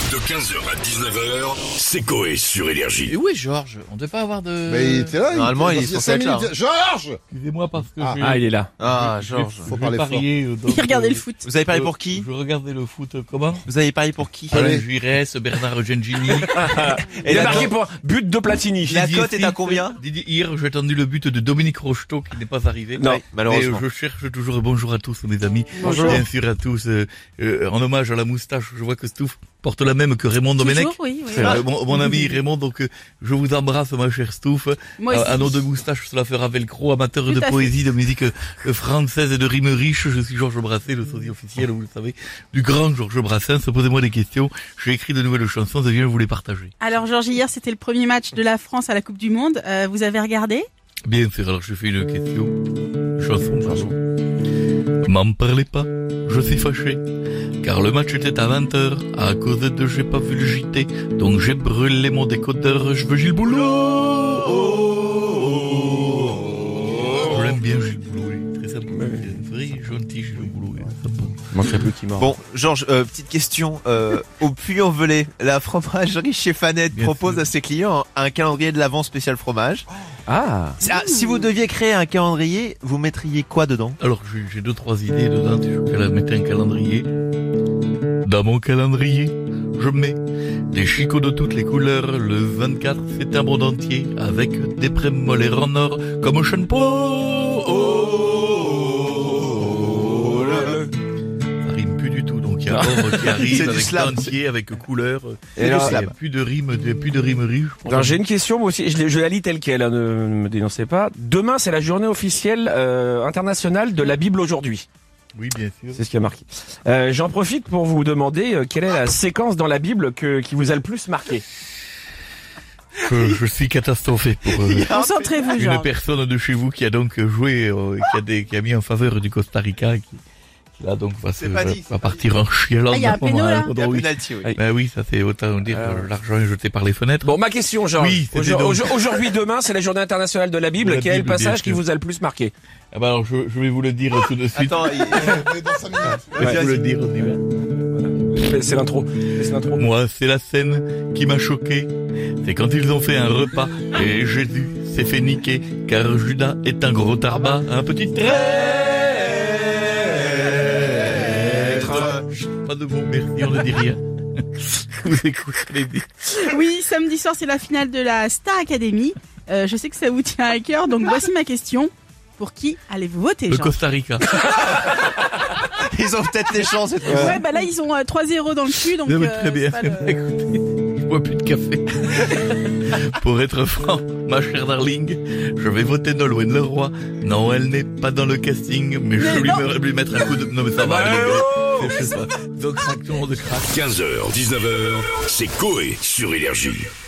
De 15h à 19h, c'est Coé sur Énergie. Et où est Georges? On devait pas avoir de... Mais il était là. Normalement, il est y a censé 5 être là. minutes. Georges! Excusez-moi parce que Ah, il est là. Ah, Georges. Faut parler fort. Il regardait le foot. Vous avez parié pour qui? Je regardais le foot, comment? Vous avez parié pour qui? Allez. Alain Giresse, Bernard Gengini. Il la a marqué cote- pour but de Platini. La cote est à combien? Hier, j'ai attendu le but de Dominique Rocheteau qui n'est pas arrivé. Non, Mais malheureusement. je cherche toujours bonjour à tous mes amis. Bonjour. Bien sûr à tous. En hommage à la moustache, je vois que Stouff porte la même que Raymond Domenech. Toujours, oui, oui. Mon ami Raymond, donc je vous embrasse ma chère Stouff. Moi aussi. À nos deux moustaches, cela fera velcro, amateur Tout de à poésie, de musique française et de rimes riches. Je suis Georges Brassens, le sosie officiel, vous le savez, du grand Georges Brassens. Posez-moi des questions. J'ai écrit de nouvelles chansons, je viens vous les partager. Alors, Georges, hier, c'était le premier match de la France à la Coupe du Monde. Vous avez regardé? Bien sûr, alors je fais une question. Chanson, pardon. M'en parlez pas, je suis fâché. Car le match était à 20h, à cause de j'ai pas vu le JT. Donc j'ai brûlé mon décodeur, je veux Gilles Boulot. Je l'aime bien Gilles Boulot, il est très sympa. Vrai, gentil Gilles Boulot. il est sympa. Manquerait plus qu'il mord. Bon, Georges, petite question. Au Puy-en-Velay, la fromagerie chez Fanette Bien propose sûr. à ses clients un calendrier de l'Avent spécial fromage. Ah. Si vous deviez créer un calendrier, vous mettriez quoi dedans? Alors j'ai deux, trois idées dedans, je vais mettre un calendrier. Dans mon calendrier, je mets des chicots de toutes les couleurs. Le 24, c'est un monde entier, avec des prémolaires en or, comme Sean Paul. Ça rime plus du tout, donc il y a or qui arrive C'est du avec slam. entier, avec couleur. Et Il alors, y a plus de rimes riches. Alors j'ai une question, moi aussi, je la lis telle quelle, hein, ne me dénoncez pas. Demain, c'est la journée officielle internationale de la Bible aujourd'hui. Oui, bien sûr. C'est ce qui a marqué. J'en profite pour vous demander quelle est la séquence dans la Bible qui vous a le plus marqué. Je suis catastrophé pour Concentrez-vous, une Georges. personne de chez vous qui a donc joué, qui a mis en faveur du Costa Rica, qui là donc C'est pas dit. va partir en chialant. Ah, il y a un péno, là. Il y a Oui. penalty, oui. Ben oui, ça fait autant dire l'argent est jeté par les fenêtres. Bon, ma question, Georges. Oui, c'était donc- Aujourd'hui, demain, c'est la journée internationale de la Bible. De la Quel est le Bible, bien passage qui sûr. vous a le plus marqué? Ah ben alors je vais vous le dire tout de suite. Attends, Mais dans 5 minutes. Je vais vous le dire. on y va. C'est l'intro. C'est l'intro. Moi, c'est la scène qui m'a choqué. C'est quand ils ont fait un repas et Jésus s'est fait niquer car Judas est un gros tarbat, un petit traître. Pas de mots, merci, on ne dit rien. Je vous écoute, allez-y. Oui, samedi soir, c'est la finale de la Star Academy. Je sais que ça vous tient à cœur, donc voici ma question. Pour qui allez-vous voter, Le Georges? Costa Rica. ils ont peut-être les chances. Ouais, bah là, ils ont 3-0 dans le cul, donc... Non, mais très bien. c'est pas le- Écoutez, je bois plus de café. Pour être franc, ma chère darling, je vais voter Nolwenn Leroy. Non, elle n'est pas dans le casting, mais je Mais vais non. lui mettre un coup de... Non, mais ça va, les gars. Je sais pas. Donc, craque, tout le monde craque. 15h, 19h, c'est Coé sur Énergie.